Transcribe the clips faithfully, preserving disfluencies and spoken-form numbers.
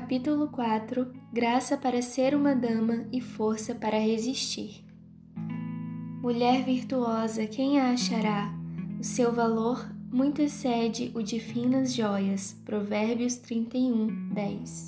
Capítulo quatro. Graça para ser uma dama e força para resistir. Mulher virtuosa, quem a achará? O seu valor muito excede o de finas joias. Provérbios trinta e um, dez.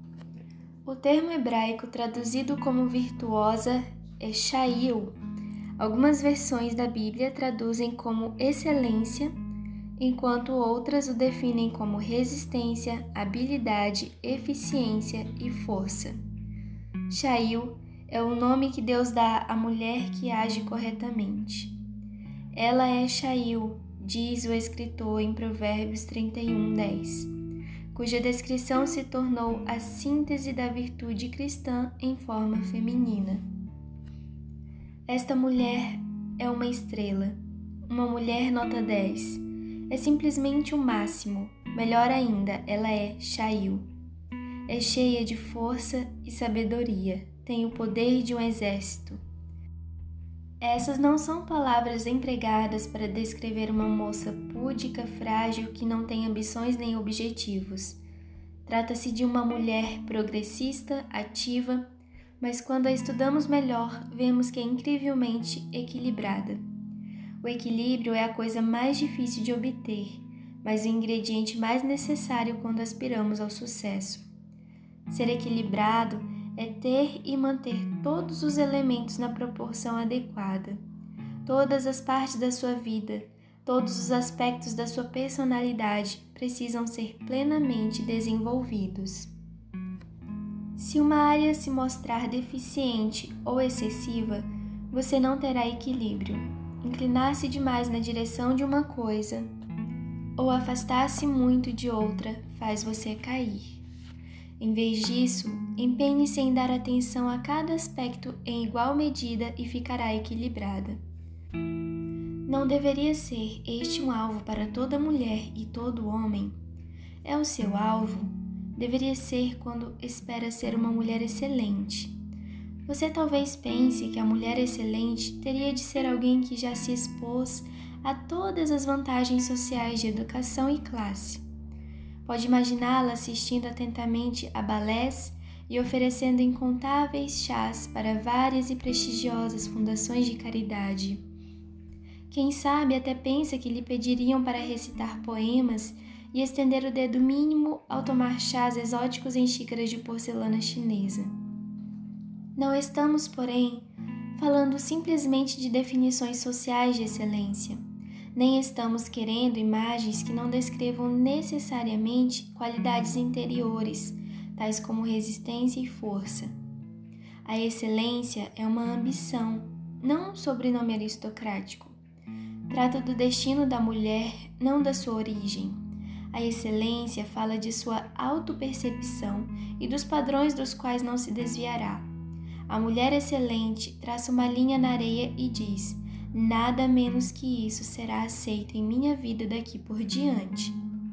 O termo hebraico traduzido como virtuosa é shail. Algumas versões da Bíblia traduzem como excelência, enquanto outras o definem como resistência, habilidade, eficiência e força. Shail é o nome que Deus dá à mulher que age corretamente. Ela é Shail, diz o escritor em Provérbios trinta e um, dez, cuja descrição se tornou a síntese da virtude cristã em forma feminina. Esta mulher é uma estrela, uma mulher nota dez. É simplesmente o máximo. Melhor ainda, ela é Shail. É cheia de força e sabedoria. Tem o poder de um exército. Essas não são palavras empregadas para descrever uma moça púdica, frágil, que não tem ambições nem objetivos. Trata-se de uma mulher progressista, ativa, mas quando a estudamos melhor, vemos que é incrivelmente equilibrada. O equilíbrio é a coisa mais difícil de obter, mas o ingrediente mais necessário quando aspiramos ao sucesso. Ser equilibrado é ter e manter todos os elementos na proporção adequada. Todas as partes da sua vida, todos os aspectos da sua personalidade precisam ser plenamente desenvolvidos. Se uma área se mostrar deficiente ou excessiva, você não terá equilíbrio. Inclinar-se demais na direção de uma coisa ou afastar-se muito de outra faz você cair. Em vez disso, empenhe-se em dar atenção a cada aspecto em igual medida e ficará equilibrada. Não deveria ser este um alvo para toda mulher e todo homem? É o seu alvo? Deveria ser quando espera ser uma mulher excelente. Você talvez pense que a mulher excelente teria de ser alguém que já se expôs a todas as vantagens sociais de educação e classe. Pode imaginá-la assistindo atentamente a balés e oferecendo incontáveis chás para várias e prestigiosas fundações de caridade. Quem sabe até pensa que lhe pediriam para recitar poemas e estender o dedo mínimo ao tomar chás exóticos em xícaras de porcelana chinesa. Não estamos, porém, falando simplesmente de definições sociais de excelência, nem estamos querendo imagens que não descrevam necessariamente qualidades interiores, tais como resistência e força. A excelência é uma ambição, não um sobrenome aristocrático. Trata do destino da mulher, não da sua origem. A excelência fala de sua autopercepção e dos padrões dos quais não se desviará. A mulher excelente traça uma linha na areia e diz: nada menos que isso será aceito em minha vida daqui por diante.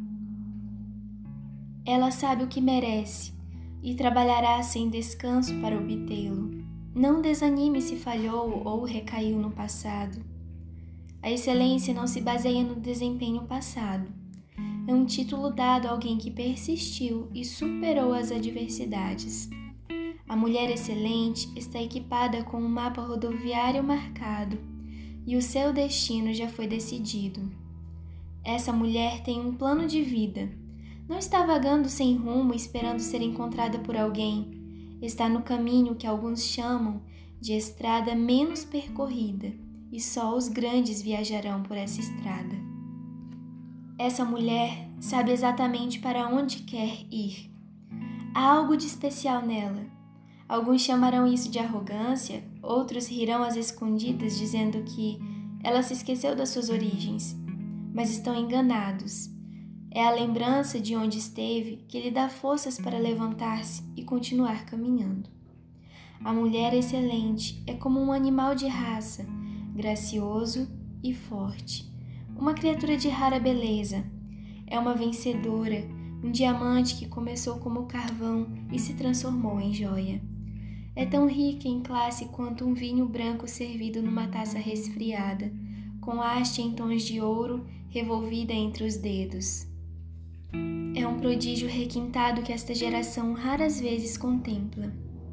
Ela sabe o que merece e trabalhará sem descanso para obtê-lo. Não desanime se falhou ou recaiu no passado. A excelência não se baseia no desempenho passado. É um título dado a alguém que persistiu e superou as adversidades. A mulher excelente está equipada com um mapa rodoviário marcado e o seu destino já foi decidido. Essa mulher tem um plano de vida. Não está vagando sem rumo esperando ser encontrada por alguém. Está no caminho que alguns chamam de estrada menos percorrida e só os grandes viajarão por essa estrada. Essa mulher sabe exatamente para onde quer ir. Há algo de especial nela. Alguns chamarão isso de arrogância, outros rirão às escondidas dizendo que ela se esqueceu das suas origens, mas estão enganados. É a lembrança de onde esteve que lhe dá forças para levantar-se e continuar caminhando. A mulher excelente é como um animal de raça, gracioso e forte, uma criatura de rara beleza. É uma vencedora, um diamante que começou como carvão e se transformou em joia. É tão rica em classe quanto um vinho branco servido numa taça resfriada, com haste em tons de ouro revolvida entre os dedos. É um prodígio requintado que esta geração raras vezes contempla.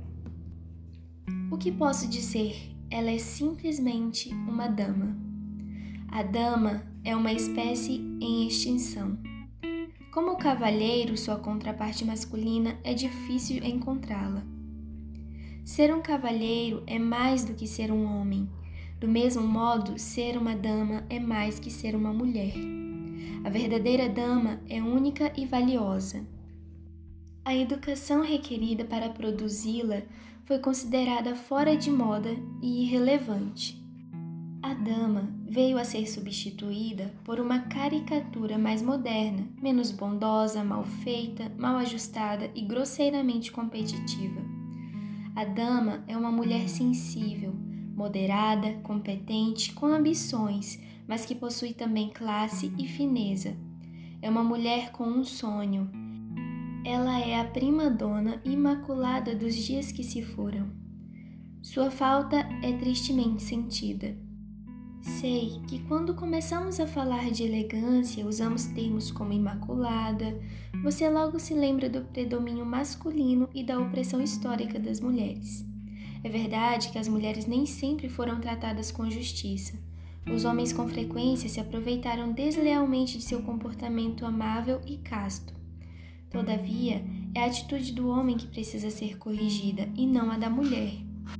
O que posso dizer? Ela é simplesmente uma dama. A dama é uma espécie em extinção. Como o cavalheiro, sua contraparte masculina, é difícil encontrá-la. Ser um cavalheiro é mais do que ser um homem. Do mesmo modo, ser uma dama é mais que ser uma mulher. A verdadeira dama é única e valiosa. A educação requerida para produzi-la foi considerada fora de moda e irrelevante. A dama veio a ser substituída por uma caricatura mais moderna, menos bondosa, mal feita, mal ajustada e grosseiramente competitiva. A dama é uma mulher sensível, moderada, competente, com ambições, mas que possui também classe e fineza. É uma mulher com um sonho. Ela é a prima-dona imaculada dos dias que se foram. Sua falta é tristemente sentida. Sei que quando começamos a falar de elegância, usamos termos como imaculada, você logo se lembra do predomínio masculino e da opressão histórica das mulheres. É verdade que as mulheres nem sempre foram tratadas com justiça. Os homens com frequência se aproveitaram deslealmente de seu comportamento amável e casto. Todavia, é a atitude do homem que precisa ser corrigida e não a da mulher.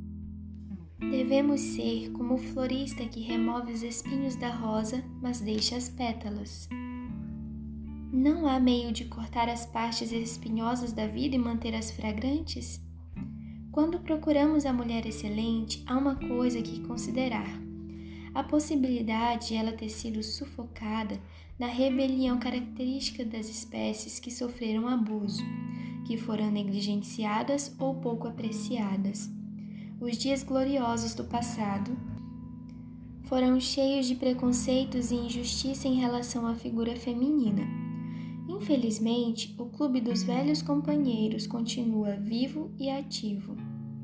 Devemos ser como o florista que remove os espinhos da rosa, mas deixa as pétalas. Não há meio de cortar as partes espinhosas da vida e mantê-las fragrantes? Quando procuramos a mulher excelente, há uma coisa que considerar: a possibilidade de ela ter sido sufocada na rebelião característica das espécies que sofreram abuso, que foram negligenciadas ou pouco apreciadas. Os dias gloriosos do passado foram cheios de preconceitos e injustiça em relação à figura feminina. Infelizmente, o Clube dos Velhos Companheiros continua vivo e ativo.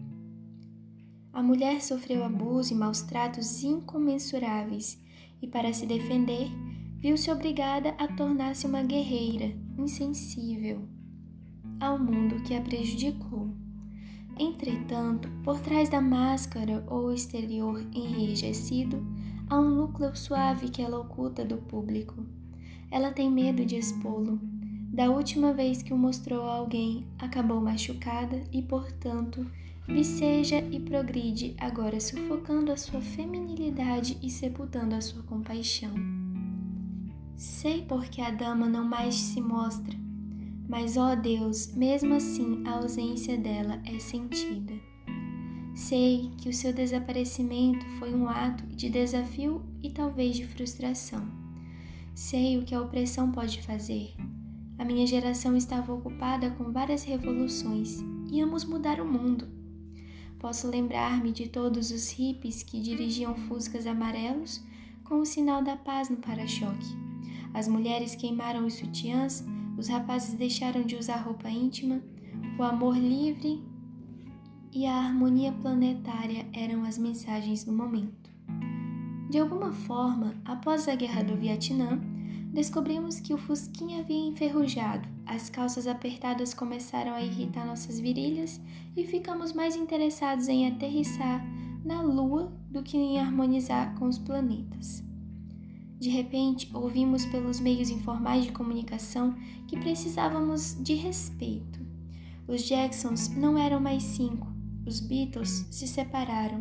A mulher sofreu abuso e maus-tratos incomensuráveis e, para se defender, viu-se obrigada a tornar-se uma guerreira insensível ao mundo que a prejudicou. Entretanto, por trás da máscara ou exterior enrijecido, há um núcleo suave que ela oculta do público. Ela tem medo de expô-lo. Da última vez que o mostrou a alguém, acabou machucada e, portanto, viceja e progride, agora sufocando a sua feminilidade e sepultando a sua compaixão. Sei porque a dama não mais se mostra, mas, ó Deus, mesmo assim a ausência dela é sentida. Sei que o seu desaparecimento foi um ato de desafio e talvez de frustração. Sei o que a opressão pode fazer. A minha geração estava ocupada com várias revoluções. Íamos mudar o mundo. Posso lembrar-me de todos os hippies que dirigiam fuscas amarelos com o sinal da paz no para-choque. As mulheres queimaram os sutiãs, os rapazes deixaram de usar roupa íntima, o amor livre e a harmonia planetária eram as mensagens do momento. De alguma forma, após a Guerra do Vietnã, descobrimos que o fusquinha havia enferrujado, as calças apertadas começaram a irritar nossas virilhas e ficamos mais interessados em aterrissar na Lua do que em harmonizar com os planetas. De repente, ouvimos pelos meios informais de comunicação que precisávamos de respeito. Os Jacksons não eram mais cinco, os Beatles se separaram.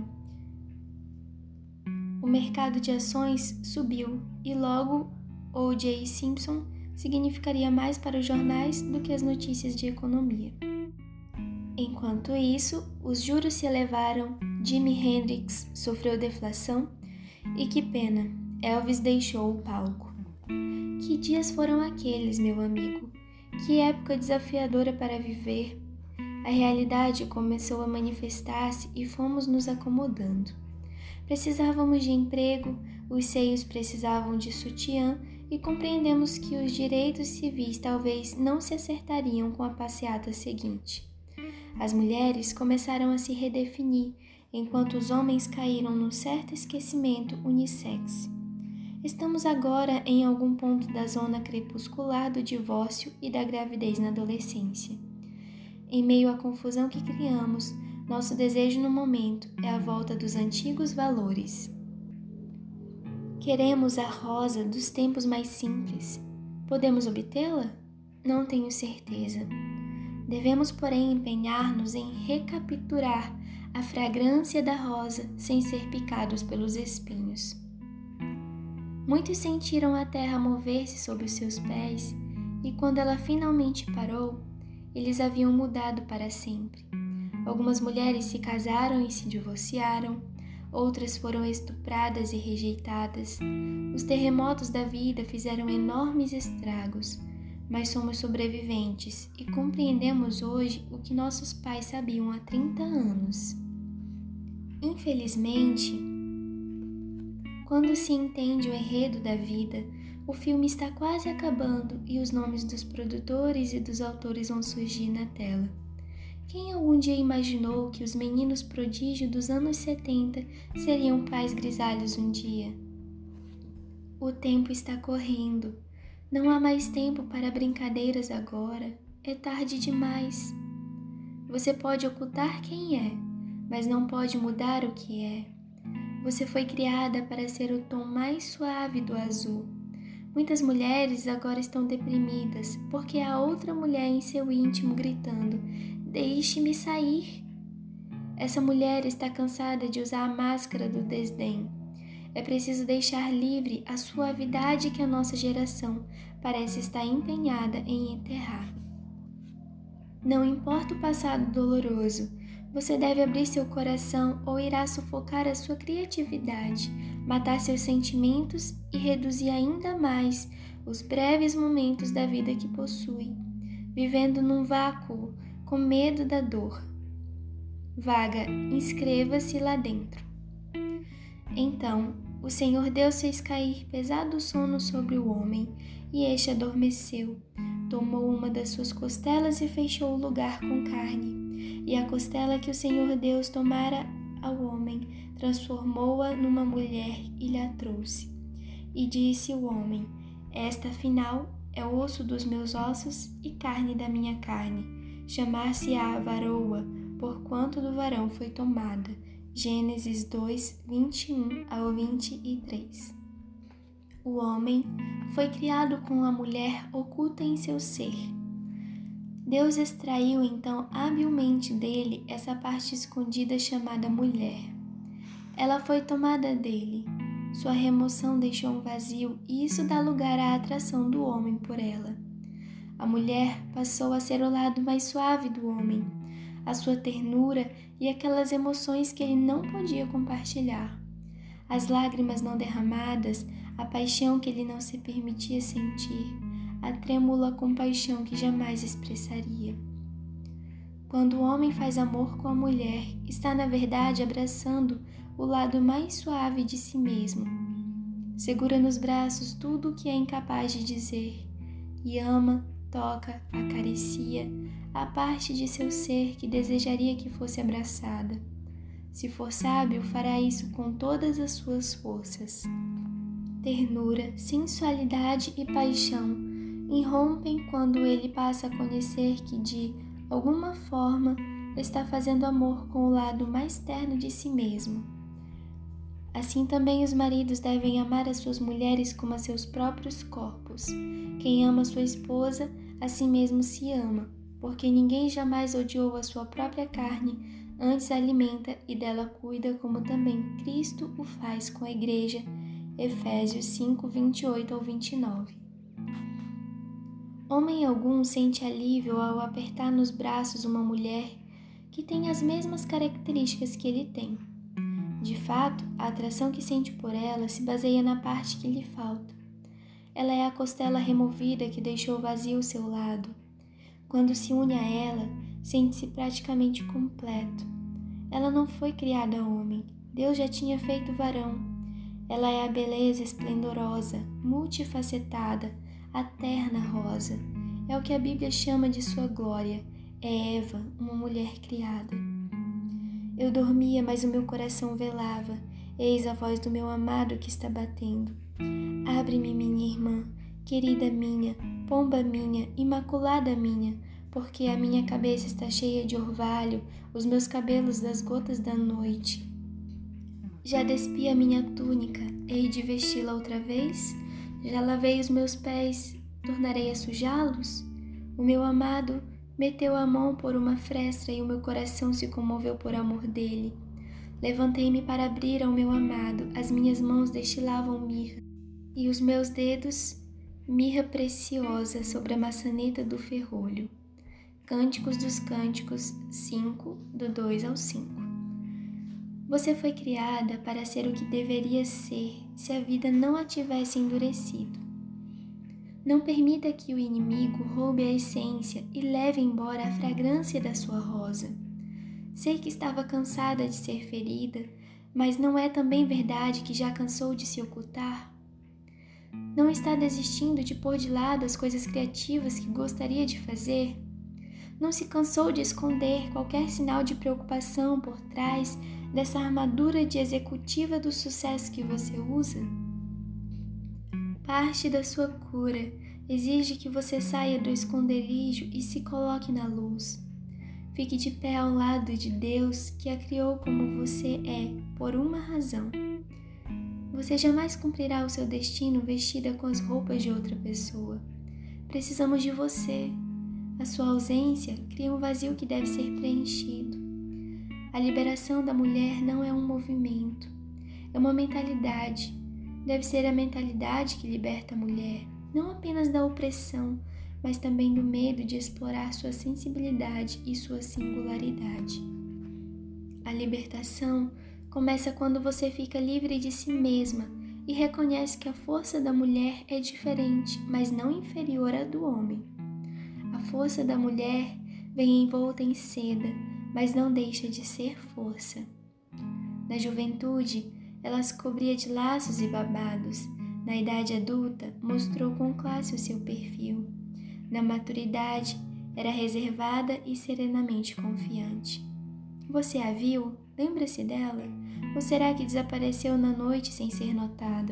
O mercado de ações subiu e logo O J Simpson significaria mais para os jornais do que as notícias de economia. Enquanto isso, os juros se elevaram, Jimi Hendrix sofreu deflação e que pena! Elvis deixou o palco. Que dias foram aqueles, meu amigo? Que época desafiadora para viver! A realidade começou a manifestar-se e fomos nos acomodando. Precisávamos de emprego, os seios precisavam de sutiã e compreendemos que os direitos civis talvez não se acertariam com a passeata seguinte. As mulheres começaram a se redefinir, enquanto os homens caíram num certo esquecimento unissex. Estamos agora em algum ponto da zona crepuscular do divórcio e da gravidez na adolescência. Em meio à confusão que criamos, nosso desejo no momento é a volta dos antigos valores. Queremos a rosa dos tempos mais simples. Podemos obtê-la? Não tenho certeza. Devemos, porém, empenhar-nos em recapturar a fragrância da rosa sem ser picados pelos espinhos. Muitos sentiram a terra mover-se sob os seus pés, e quando ela finalmente parou, eles haviam mudado para sempre. Algumas mulheres se casaram e se divorciaram, outras foram estupradas e rejeitadas. Os terremotos da vida fizeram enormes estragos, mas somos sobreviventes e compreendemos hoje o que nossos pais sabiam há trinta anos. Infelizmente, quando se entende o enredo da vida, o filme está quase acabando e os nomes dos produtores e dos autores vão surgir na tela. Quem algum dia imaginou que os meninos prodígio dos anos setenta seriam pais grisalhos um dia? O tempo está correndo. Não há mais tempo para brincadeiras agora. É tarde demais. Você pode ocultar quem é, mas não pode mudar o que é. Você foi criada para ser o tom mais suave do azul. Muitas mulheres agora estão deprimidas porque há outra mulher em seu íntimo gritando: "Deixe-me sair". Essa mulher está cansada de usar a máscara do desdém. É preciso deixar livre a suavidade que a nossa geração parece estar empenhada em enterrar. Não importa o passado doloroso, você deve abrir seu coração ou irá sufocar a sua criatividade, matar seus sentimentos e reduzir ainda mais os breves momentos da vida que possui, vivendo num vácuo com medo da dor. Vaga, inscreva-se lá dentro. Então, o Senhor Deus fez cair pesado sono sobre o homem, e este adormeceu. Tomou uma das suas costelas e fechou o lugar com carne. E a costela que o Senhor Deus tomara ao homem, transformou-a numa mulher e lhe a trouxe. E disse o homem: Esta, afinal, é o osso dos meus ossos e carne da minha carne. Chamar-se-á varoa, porquanto do varão foi tomada. Gênesis dois, vinte e um ao vinte e três. O homem foi criado com a mulher oculta em seu ser. Deus extraiu então habilmente dele essa parte escondida chamada mulher. Ela foi tomada dele. Sua remoção deixou um vazio e isso dá lugar à atração do homem por ela. A mulher passou a ser o lado mais suave do homem, a sua ternura e aquelas emoções que ele não podia compartilhar. As lágrimas não derramadas, a paixão que ele não se permitia sentir, a trêmula compaixão que jamais expressaria. Quando o homem faz amor com a mulher, está na verdade abraçando o lado mais suave de si mesmo. Segura nos braços tudo o que é incapaz de dizer e ama, toca, acaricia a parte de seu ser que desejaria que fosse abraçada. Se for sábio, fará isso com todas as suas forças. Ternura, sensualidade e paixão irrompem quando ele passa a conhecer que, de alguma forma, está fazendo amor com o lado mais terno de si mesmo. Assim também os maridos devem amar as suas mulheres como a seus próprios corpos. Quem ama sua esposa, a si mesmo se ama, porque ninguém jamais odiou a sua própria carne, antes a alimenta e dela cuida, como também Cristo o faz com a igreja. Efésios cinco, vinte e oito ao vinte e nove. Homem algum sente alívio ao apertar nos braços uma mulher que tem as mesmas características que ele tem. De fato, a atração que sente por ela se baseia na parte que lhe falta. Ela é a costela removida que deixou vazio o seu lado. Quando se une a ela, sente-se praticamente completo. Ela não foi criada homem, Deus já tinha feito varão. Ela é a beleza esplendorosa, multifacetada, a terna rosa. É o que a Bíblia chama de sua glória. É Eva, uma mulher criada. Eu dormia, mas o meu coração velava. Eis a voz do meu amado que está batendo. Abre-me, minha irmã, querida minha, pomba minha, imaculada minha, porque a minha cabeça está cheia de orvalho, os meus cabelos das gotas da noite. Já despi a minha túnica, hei de vesti-la outra vez? Já lavei os meus pés, tornarei a sujá-los? O meu amado meteu a mão por uma fresta e o meu coração se comoveu por amor dele. Levantei-me para abrir ao meu amado, as minhas mãos destilavam mirra, e os meus dedos mirra preciosa sobre a maçaneta do ferrolho. Cânticos dos Cânticos cinco, do dois ao cinco. Você foi criada para ser o que deveria ser se a vida não a tivesse endurecido. Não permita que o inimigo roube a essência e leve embora a fragrância da sua rosa. Sei que estava cansada de ser ferida, mas não é também verdade que já cansou de se ocultar? Não está desistindo de pôr de lado as coisas criativas que gostaria de fazer? Não se cansou de esconder qualquer sinal de preocupação por trás dessa armadura de executiva do sucesso que você usa? Parte da sua cura exige que você saia do esconderijo e se coloque na luz. Fique de pé ao lado de Deus que a criou como você é, por uma razão. Você jamais cumprirá o seu destino vestida com as roupas de outra pessoa. Precisamos de você. A sua ausência cria um vazio que deve ser preenchido. A liberação da mulher não é um movimento, é uma mentalidade. Deve ser a mentalidade que liberta a mulher, não apenas da opressão, mas também do medo de explorar sua sensibilidade e sua singularidade. A libertação começa quando você fica livre de si mesma e reconhece que a força da mulher é diferente, mas não inferior à do homem. A força da mulher vem envolta em seda, mas não deixa de ser força. Na juventude, ela se cobria de laços e babados. Na idade adulta, mostrou com classe o seu perfil. Na maturidade, era reservada e serenamente confiante. Você a viu? Lembra-se dela? Ou será que desapareceu na noite sem ser notada?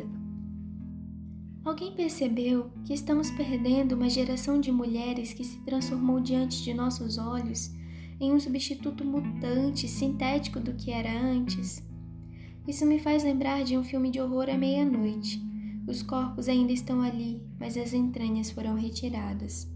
Alguém percebeu que estamos perdendo uma geração de mulheres que se transformou diante de nossos olhos em um substituto mutante, sintético do que era antes? Isso me faz lembrar de um filme de horror à meia-noite. Os corpos ainda estão ali, mas as entranhas foram retiradas.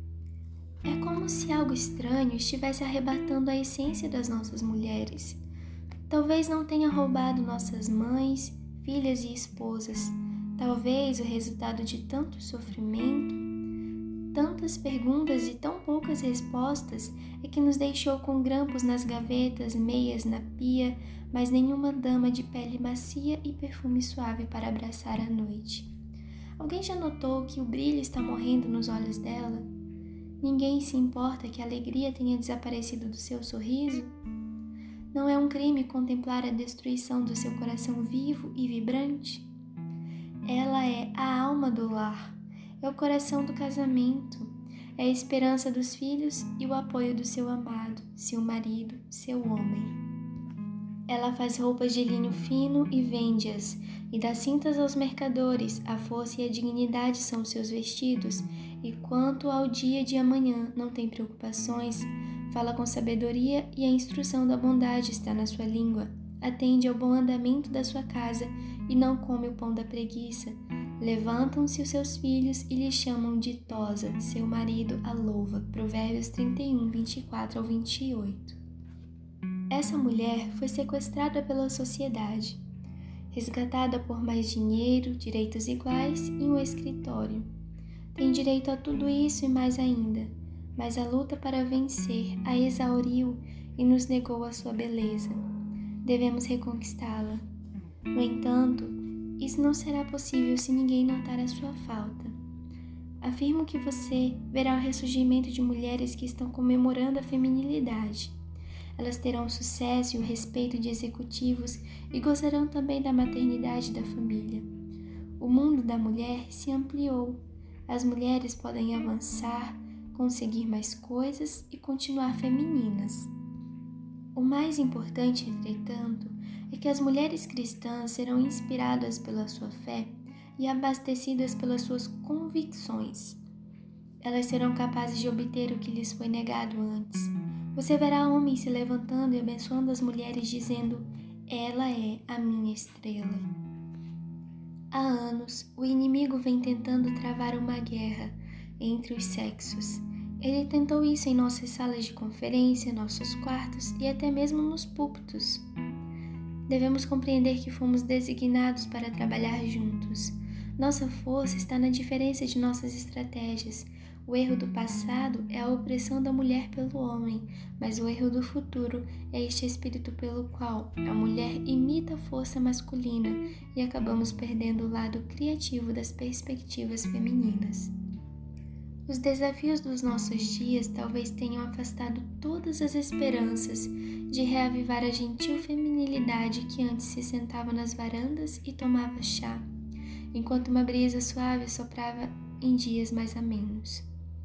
É como se algo estranho estivesse arrebatando a essência das nossas mulheres. Talvez não tenha roubado nossas mães, filhas e esposas. Talvez o resultado de tanto sofrimento, tantas perguntas e tão poucas respostas é que nos deixou com grampos nas gavetas, meias na pia, mas nenhuma dama de pele macia e perfume suave para abraçar a noite. Alguém já notou que o brilho está morrendo nos olhos dela? Ninguém se importa que a alegria tenha desaparecido do seu sorriso? Não é um crime contemplar a destruição do seu coração vivo e vibrante? Ela é a alma do lar, é o coração do casamento, é a esperança dos filhos e o apoio do seu amado, seu marido, seu homem. Ela faz roupas de linho fino e vende-as, e dá cintas aos mercadores, a força e a dignidade são seus vestidos, e quanto ao dia de amanhã não tem preocupações, fala com sabedoria e a instrução da bondade está na sua língua, atende ao bom andamento da sua casa e não come o pão da preguiça. Levantam-se os seus filhos e lhe chamam ditosa, seu marido a louva. Provérbios trinta e um, vinte e quatro ao vinte e oito. Essa mulher foi sequestrada pela sociedade, resgatada por mais dinheiro, direitos iguais e um escritório. Tem direito a tudo isso e mais ainda, mas a luta para vencer a exauriu e nos negou a sua beleza. Devemos reconquistá-la. No entanto, isso não será possível se ninguém notar a sua falta. Afirmo que você verá o ressurgimento de mulheres que estão comemorando a feminilidade. Elas terão o sucesso e o respeito de executivos e gozarão também da maternidade da família. O mundo da mulher se ampliou. As mulheres podem avançar, conseguir mais coisas e continuar femininas. O mais importante, entretanto, é que as mulheres cristãs serão inspiradas pela sua fé e abastecidas pelas suas convicções. Elas serão capazes de obter o que lhes foi negado antes. Você verá homens se levantando e abençoando as mulheres, dizendo: ela é a minha estrela. Há anos, o inimigo vem tentando travar uma guerra entre os sexos. Ele tentou isso em nossas salas de conferência, nossos quartos e até mesmo nos púlpitos. Devemos compreender que fomos designados para trabalhar juntos. Nossa força está na diferença de nossas estratégias. O erro do passado é a opressão da mulher pelo homem, mas o erro do futuro é este espírito pelo qual a mulher imita a força masculina e acabamos perdendo o lado criativo das perspectivas femininas. Os desafios dos nossos dias talvez tenham afastado todas as esperanças de reavivar a gentil feminilidade que antes se sentava nas varandas e tomava chá, enquanto uma brisa suave soprava em dias mais amenos.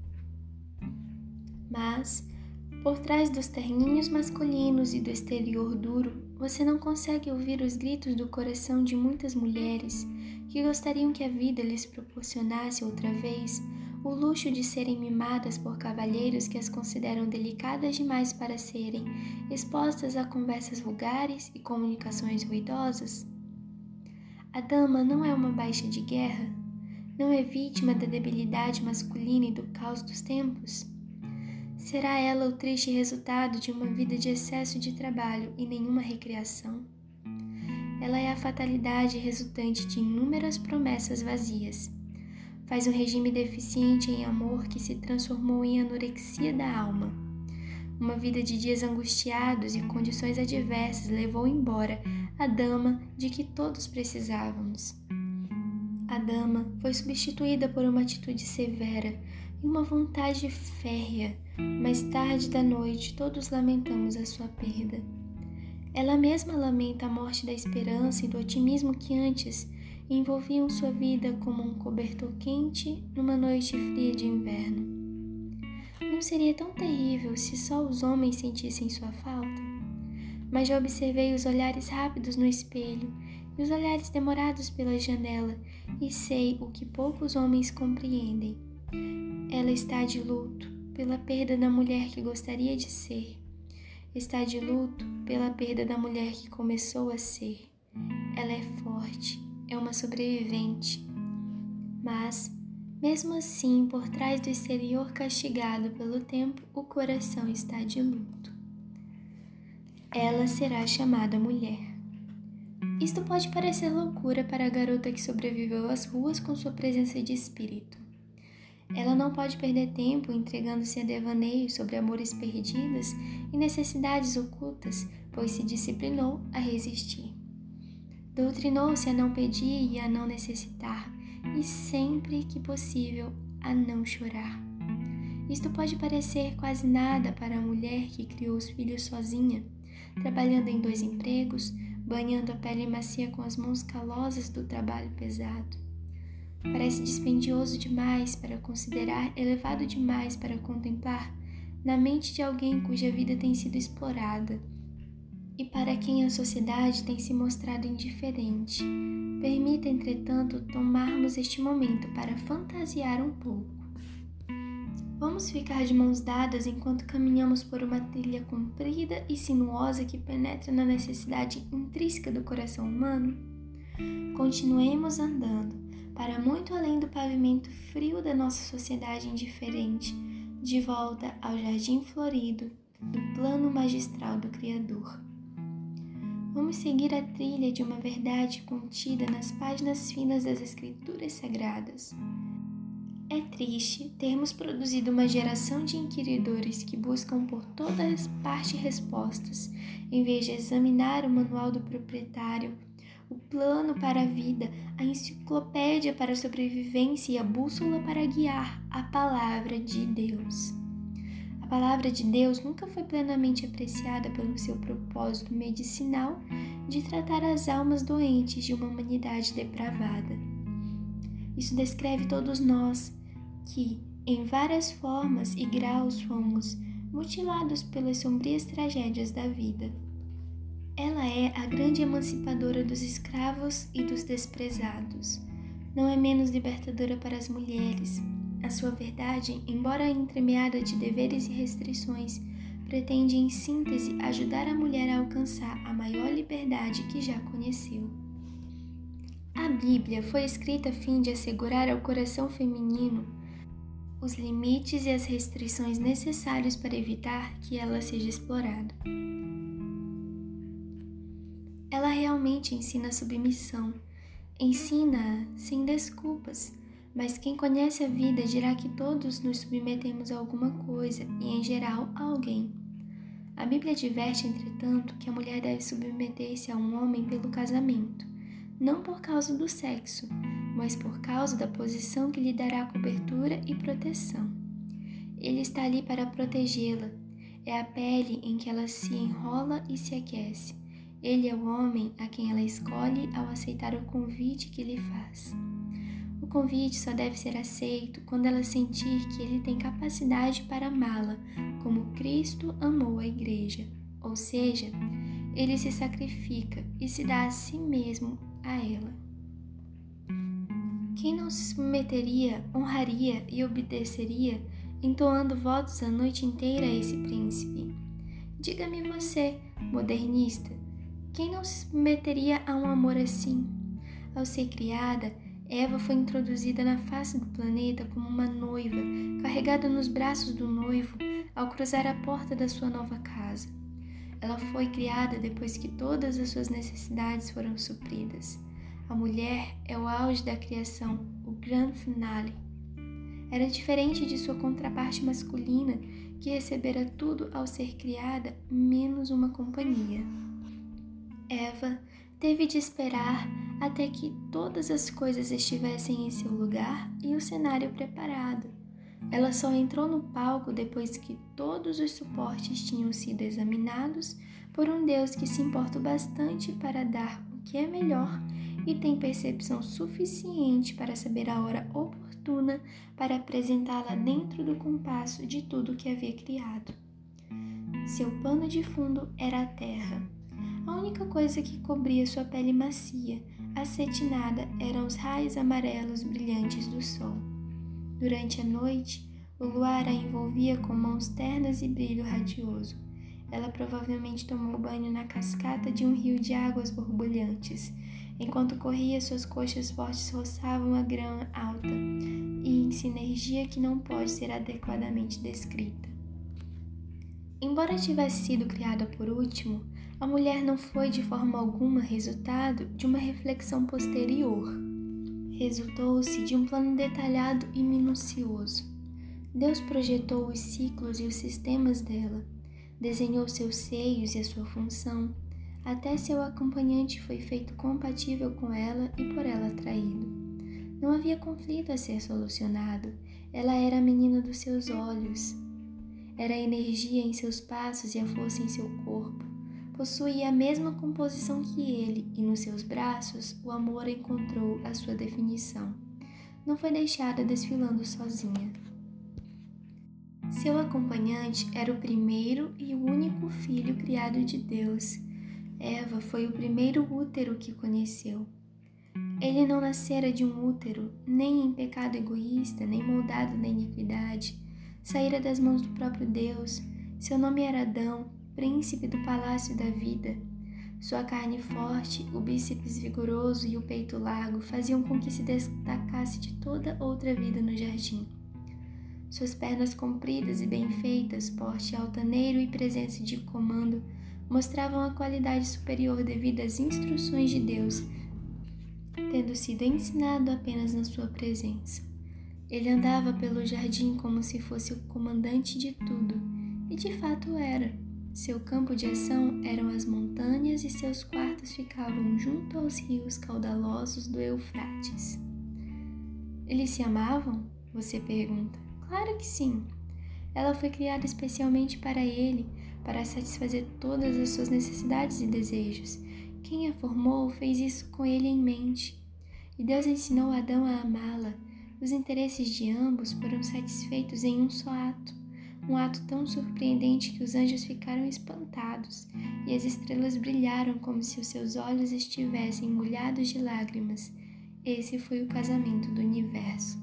Mas, por trás dos terninhos masculinos e do exterior duro, você não consegue ouvir os gritos do coração de muitas mulheres que gostariam que a vida lhes proporcionasse outra vez o luxo de serem mimadas por cavalheiros que as consideram delicadas demais para serem expostas a conversas vulgares e comunicações ruidosas. A dama não é uma baixa de guerra? Não é vítima da debilidade masculina e do caos dos tempos? Será ela o triste resultado de uma vida de excesso de trabalho e nenhuma recreação? Ela é a fatalidade resultante de inúmeras promessas vazias. Faz um regime deficiente em amor que se transformou em anorexia da alma. Uma vida de dias angustiados e condições adversas levou embora a dama de que todos precisávamos. A dama foi substituída por uma atitude severa e uma vontade férrea. Mais tarde da noite, todos lamentamos a sua perda. Ela mesma lamenta a morte da esperança e do otimismo que antes envolviam sua vida como um cobertor quente numa noite fria de inverno. Não seria tão terrível se só os homens sentissem sua falta? Mas já observei os olhares rápidos no espelho e os olhares demorados pela janela e sei o que poucos homens compreendem. Ela está de luto pela perda da mulher que gostaria de ser. Está de luto pela perda da mulher que começou a ser. Ela é forte. É uma sobrevivente, mas, mesmo assim, por trás do exterior castigado pelo tempo, o coração está de luto. Ela será chamada mulher. Isto pode parecer loucura para a garota que sobreviveu às ruas com sua presença de espírito. Ela não pode perder tempo entregando-se a devaneios sobre amores perdidos e necessidades ocultas, pois se disciplinou a resistir. Doutrinou-se a não pedir e a não necessitar, e sempre que possível a não chorar. Isto pode parecer quase nada para a mulher que criou os filhos sozinha, trabalhando em dois empregos, banhando a pele macia com as mãos calosas do trabalho pesado. Parece dispendioso demais para considerar, elevado demais para contemplar, na mente de alguém cuja vida tem sido explorada, e para quem a sociedade tem se mostrado indiferente. Permita, entretanto, tomarmos este momento para fantasiar um pouco. Vamos ficar de mãos dadas enquanto caminhamos por uma trilha comprida e sinuosa que penetra na necessidade intrínseca do coração humano? Continuemos andando, para muito além do pavimento frio da nossa sociedade indiferente, de volta ao jardim florido do plano magistral do Criador. Vamos seguir a trilha de uma verdade contida nas páginas finas das Escrituras Sagradas. É triste termos produzido uma geração de inquiridores que buscam por toda parte respostas, em vez de examinar o manual do proprietário, o plano para a vida, a enciclopédia para a sobrevivência e a bússola para guiar a palavra de Deus. A palavra de Deus nunca foi plenamente apreciada pelo seu propósito medicinal de tratar as almas doentes de uma humanidade depravada. Isso descreve todos nós que, em várias formas e graus, fomos mutilados pelas sombrias tragédias da vida. Ela é a grande emancipadora dos escravos e dos desprezados. não é menos libertadora para as mulheres. A sua verdade, embora entremeada de deveres e restrições, pretende, em síntese, ajudar a mulher a alcançar a maior liberdade que já conheceu. A Bíblia foi escrita a fim de assegurar ao coração feminino os limites e as restrições necessários para evitar que ela seja explorada. Ela realmente ensina a submissão, ensina-a sem desculpas, mas quem conhece a vida dirá que todos nos submetemos a alguma coisa e, em geral, a alguém. A Bíblia adverte, entretanto, que a mulher deve submeter-se a um homem pelo casamento, não por causa do sexo, mas por causa da posição que lhe dará cobertura e proteção. Ele está ali para protegê-la. É a pele em que ela se enrola e se aquece. Ele é o homem a quem ela escolhe ao aceitar o convite que lhe faz. O convite só deve ser aceito quando ela sentir que ele tem capacidade para amá-la, como Cristo amou a igreja, ou seja, ele se sacrifica e se dá a si mesmo a ela. Quem não se submeteria, honraria e obedeceria, entoando votos a noite inteira a esse príncipe? Diga-me você, modernista, quem não se submeteria a um amor assim? Ao ser criada, Eva foi introduzida na face do planeta como uma noiva, carregada nos braços do noivo ao cruzar a porta da sua nova casa. Ela foi criada depois que todas as suas necessidades foram supridas. A mulher é o auge da criação, o grande finale. Era diferente de sua contraparte masculina, que recebera tudo ao ser criada, menos uma companhia. Eva teve de esperar até que todas as coisas estivessem em seu lugar e o cenário preparado. Ela só entrou no palco depois que todos os suportes tinham sido examinados por um Deus que se importa bastante para dar o que é melhor e tem percepção suficiente para saber a hora oportuna para apresentá-la dentro do compasso de tudo o que havia criado. Seu pano de fundo era a terra. A única coisa que cobria sua pele macia, acetinada, eram os raios amarelos brilhantes do sol. Durante a noite, o luar a envolvia com mãos ternas e brilho radioso. Ela provavelmente tomou banho na cascata de um rio de águas borbulhantes. Enquanto corria, suas coxas fortes roçavam a grama alta e em sinergia que não pode ser adequadamente descrita. Embora tivesse sido criada por último, a mulher não foi de forma alguma resultado de uma reflexão posterior. Resultou-se de um plano detalhado e minucioso. Deus projetou os ciclos e os sistemas dela, desenhou seus seios e a sua função, até seu acompanhante foi feito compatível com ela e por ela atraído. Não havia conflito a ser solucionado, ela era a menina dos seus olhos. Era a energia em seus passos e a força em seu corpo. Possuía a mesma composição que ele e nos seus braços o amor encontrou a sua definição. Não foi deixada desfilando sozinha. Seu acompanhante era o primeiro e o único filho criado de Deus. Eva foi o primeiro útero que conheceu. Ele não nascera de um útero, nem em pecado egoísta, nem moldado na iniquidade. Saíra das mãos do próprio Deus. Seu nome era Adão, príncipe do palácio da vida. Sua carne forte, o bíceps vigoroso e o peito largo faziam com que se destacasse de toda outra vida no jardim. Suas pernas compridas e bem feitas, porte altaneiro e presença de comando mostravam a qualidade superior devido às instruções de Deus, tendo sido ensinado apenas na sua presença. Ele andava pelo jardim como se fosse o comandante de tudo, e de fato era. Seu campo de ação eram as montanhas e seus quartos ficavam junto aos rios caudalosos do Eufrates. Eles se amavam? Você pergunta. Claro que sim. Ela foi criada especialmente para ele, para satisfazer todas as suas necessidades e desejos. Quem a formou fez isso com ele em mente. E Deus ensinou Adão a amá-la. Os interesses de ambos foram satisfeitos em um só ato. Um ato tão surpreendente que os anjos ficaram espantados e as estrelas brilharam como se os seus olhos estivessem molhados de lágrimas. esse foi o casamento do universo.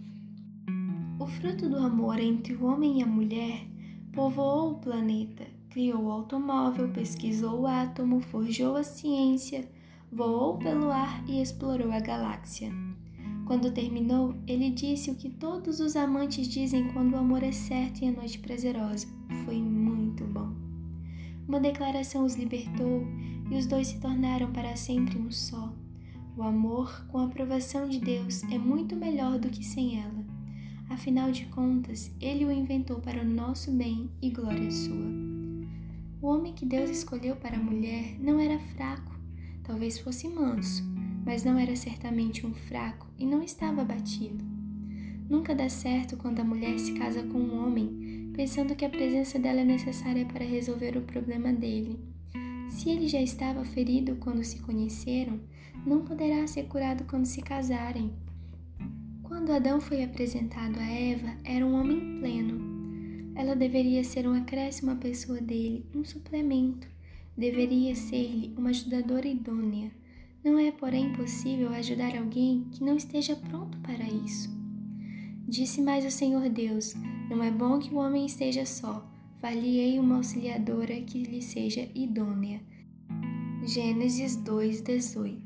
O fruto do amor entre o homem e a mulher povoou o planeta, criou o automóvel, pesquisou o átomo, forjou a ciência, voou pelo ar e explorou a galáxia. Quando terminou, ele disse o que todos os amantes dizem quando o amor é certo e a noite prazerosa. Foi muito bom. Uma declaração os libertou e os dois se tornaram para sempre um só. O amor, com a aprovação de Deus, é muito melhor do que sem ela. Afinal de contas, ele o inventou para o nosso bem e glória sua. O homem que Deus escolheu para a mulher não era fraco, talvez fosse manso, mas não era certamente um fraco e não estava abatido. Nunca dá certo quando a mulher se casa com um homem, pensando que a presença dela é necessária para resolver o problema dele. Se ele já estava ferido quando se conheceram, não poderá ser curado quando se casarem. Quando Adão foi apresentado a Eva, era um homem pleno. Ela deveria ser um acréscimo à pessoa dele, um suplemento. Deveria ser-lhe uma ajudadora idônea. Não é, porém, possível ajudar alguém que não esteja pronto para isso. Disse mais o Senhor Deus: não é bom que o homem esteja só. Far-lhe-ei uma auxiliadora que lhe seja idônea. Gênesis dois, dezoito.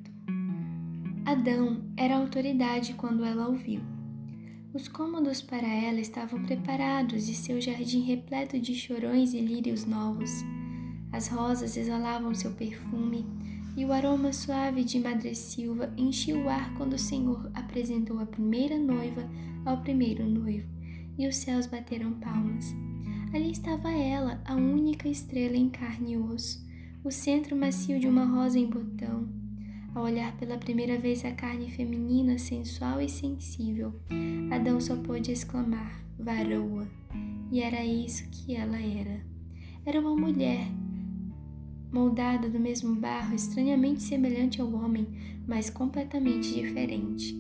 Adão era autoridade quando ela o viu. Os cômodos para ela estavam preparados e seu jardim repleto de chorões e lírios novos. As rosas exalavam seu perfume e o aroma suave de madressilva enchia o ar quando o Senhor apresentou a primeira noiva ao primeiro noivo, e os céus bateram palmas. Ali estava ela, a única estrela em carne e osso, o centro macio de uma rosa em botão. Ao olhar pela primeira vez a carne feminina, sensual e sensível, Adão só pôde exclamar: varoa! E era isso que ela era. Era uma mulher, moldada do mesmo barro, estranhamente semelhante ao homem, mas completamente diferente.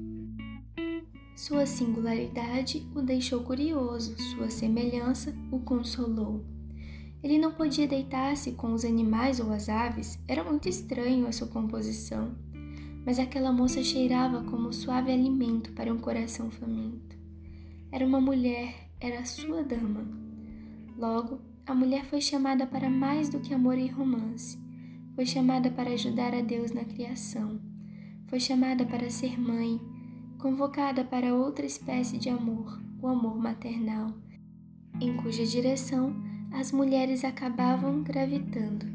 Sua singularidade o deixou curioso, sua semelhança o consolou. Ele não podia deitar-se com os animais ou as aves, era muito estranho a sua composição, mas aquela moça cheirava como suave alimento para um coração faminto. Era uma mulher, era a sua dama. Logo, a mulher foi chamada para mais do que amor e romance. Foi chamada para ajudar a Deus na criação. Foi chamada para ser mãe, convocada para outra espécie de amor, o amor maternal, em cuja direção as mulheres acabavam gravitando.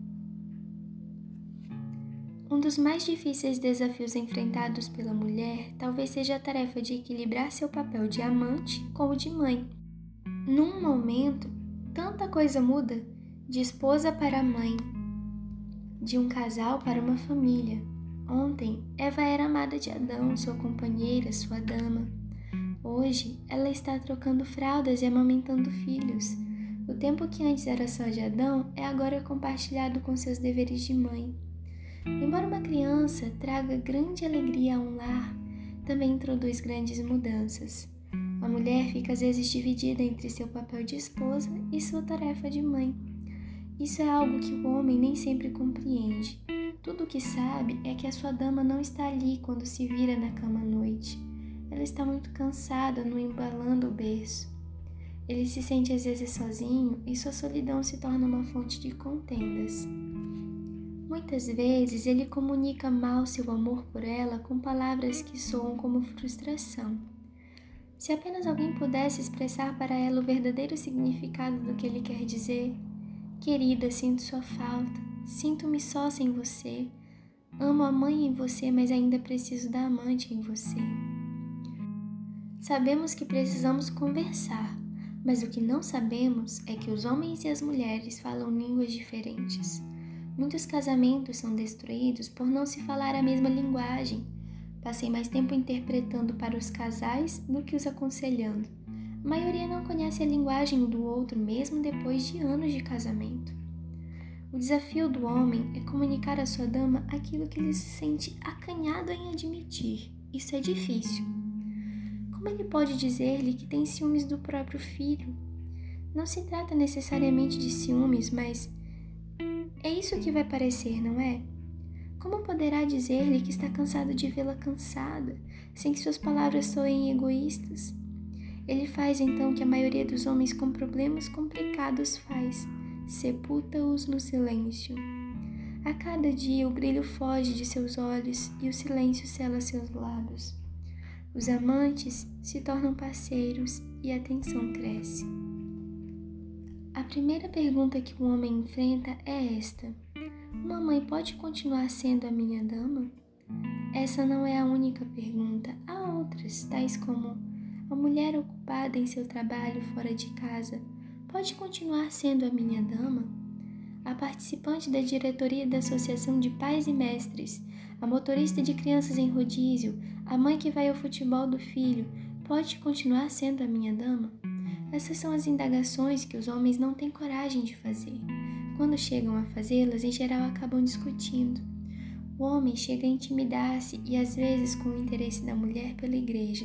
Um dos mais difíceis desafios enfrentados pela mulher talvez seja a tarefa de equilibrar seu papel de amante com o de mãe. Num momento, tanta coisa muda, de esposa para mãe, de um casal para uma família. Ontem, Eva era amada de Adão, sua companheira, sua dama. Hoje, ela está trocando fraldas e amamentando filhos. O tempo que antes era só de Adão é agora compartilhado com seus deveres de mãe. Embora uma criança traga grande alegria a um lar, também introduz grandes mudanças. A mulher fica às vezes dividida entre seu papel de esposa e sua tarefa de mãe. Isso é algo que o homem nem sempre compreende. Tudo o que sabe é que a sua dama não está ali quando se vira na cama à noite. Ela está muito cansada no embalando o berço. Ele se sente às vezes sozinho e sua solidão se torna uma fonte de contendas. Muitas vezes ele comunica mal seu amor por ela com palavras que soam como frustração. Se apenas alguém pudesse expressar para ela o verdadeiro significado do que ele quer dizer: querida, sinto sua falta, sinto-me só sem você, amo a mãe em você, mas ainda preciso da amante em você. Sabemos que precisamos conversar, mas o que não sabemos é que os homens e as mulheres falam línguas diferentes. Muitos casamentos são destruídos por não se falar a mesma linguagem. Passei mais tempo interpretando para os casais do que os aconselhando. A maioria não conhece a linguagem um do outro, mesmo depois de anos de casamento. O desafio do homem é comunicar à sua dama aquilo que ele se sente acanhado em admitir. Isso é difícil. Como ele pode dizer-lhe que tem ciúmes do próprio filho? Não se trata necessariamente de ciúmes, mas é isso que vai parecer, não é? Como poderá dizer-lhe que está cansado de vê-la cansada, sem que suas palavras soem egoístas? Ele faz então o que a maioria dos homens com problemas complicados faz: sepulta-os no silêncio. A cada dia o brilho foge de seus olhos e o silêncio sela seus lábios. Os amantes se tornam parceiros e a tensão cresce. A primeira pergunta que o homem enfrenta é esta: uma mãe pode continuar sendo a minha dama? Essa não é a única pergunta. Há outras, tais como: a mulher ocupada em seu trabalho fora de casa pode continuar sendo a minha dama? A participante da diretoria da Associação de Pais e Mestres, a motorista de crianças em rodízio, a mãe que vai ao futebol do filho, pode continuar sendo a minha dama? Essas são as indagações que os homens não têm coragem de fazer. Quando chegam a fazê-las, em geral acabam discutindo. O homem chega a intimidar-se e às vezes com o interesse da mulher pela igreja.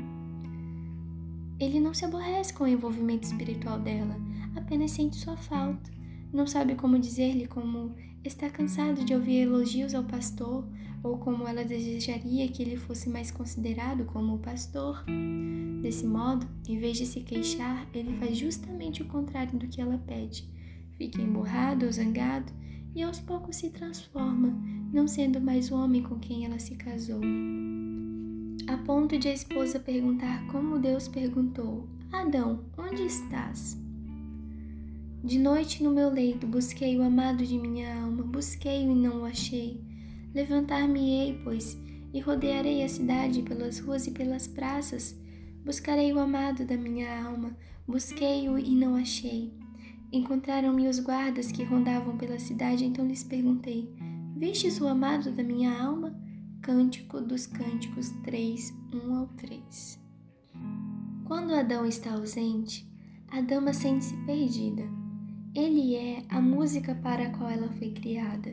Ele não se aborrece com o envolvimento espiritual dela, apenas sente sua falta. Não sabe como dizer-lhe como está cansado de ouvir elogios ao pastor ou como ela desejaria que ele fosse mais considerado como o pastor. Desse modo, em vez de se queixar, ele faz justamente o contrário do que ela pede. Fica emburrado ou zangado e aos poucos se transforma, não sendo mais o homem com quem ela se casou. A ponto de a esposa perguntar como Deus perguntou: Adão, onde estás? De noite no meu leito busquei o amado de minha alma, busquei-o e não o achei. Levantar-me-ei, pois, e rodearei a cidade pelas ruas e pelas praças. Buscarei o amado da minha alma, busquei-o e não achei. Encontraram-me os guardas que rondavam pela cidade, então lhes perguntei: vistes o amado da minha alma? Cântico dos Cânticos três, um ao três. Quando Adão está ausente, a dama sente-se perdida. Ele é a música para a qual ela foi criada.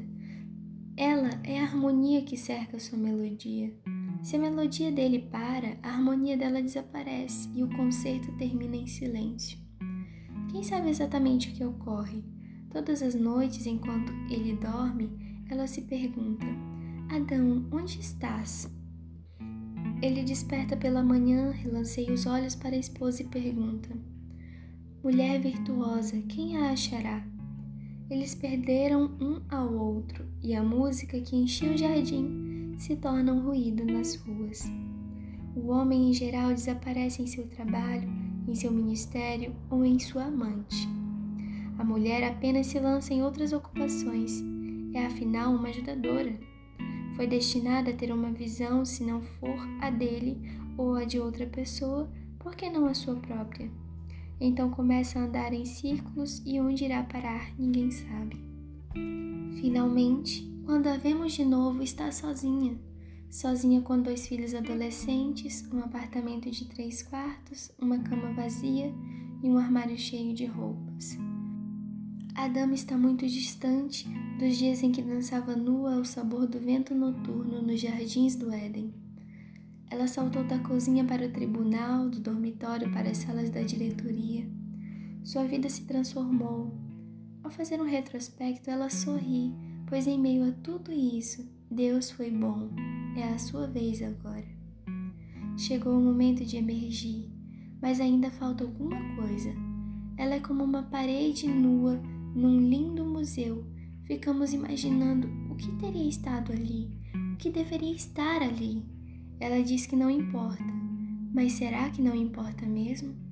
Ela é a harmonia que cerca sua melodia. Se a melodia dele para, a harmonia dela desaparece e o concerto termina em silêncio. Quem sabe exatamente o que ocorre? Todas as noites, enquanto ele dorme, ela se pergunta: Adão, onde estás? Ele desperta pela manhã, relanceia os olhos para a esposa e pergunta: mulher virtuosa, quem a achará? Eles perderam um ao outro e a música que enchia o jardim se torna um ruído nas ruas. O homem em geral desaparece em seu trabalho, em seu ministério ou em sua amante. A mulher apenas se lança em outras ocupações, é afinal uma ajudadora. Foi destinada a ter uma visão, se não for a dele ou a de outra pessoa, por que não a sua própria? Então começa a andar em círculos e onde irá parar ninguém sabe. Finalmente, quando a vemos de novo, está sozinha. Sozinha com dois filhos adolescentes, um apartamento de três quartos, uma cama vazia e um armário cheio de roupas. A dama está muito distante dos dias em que dançava nua ao sabor do vento noturno nos jardins do Éden. Ela saltou da cozinha para o tribunal, do dormitório para as salas da diretoria. Sua vida se transformou. Ao fazer um retrospecto, ela sorri, pois em meio a tudo isso, Deus foi bom. É a sua vez agora. Chegou o momento de emergir, mas ainda falta alguma coisa. Ela é como uma parede nua num lindo museu. Ficamos imaginando o que teria estado ali, o que deveria estar ali. Ela diz que não importa, mas será que não importa mesmo?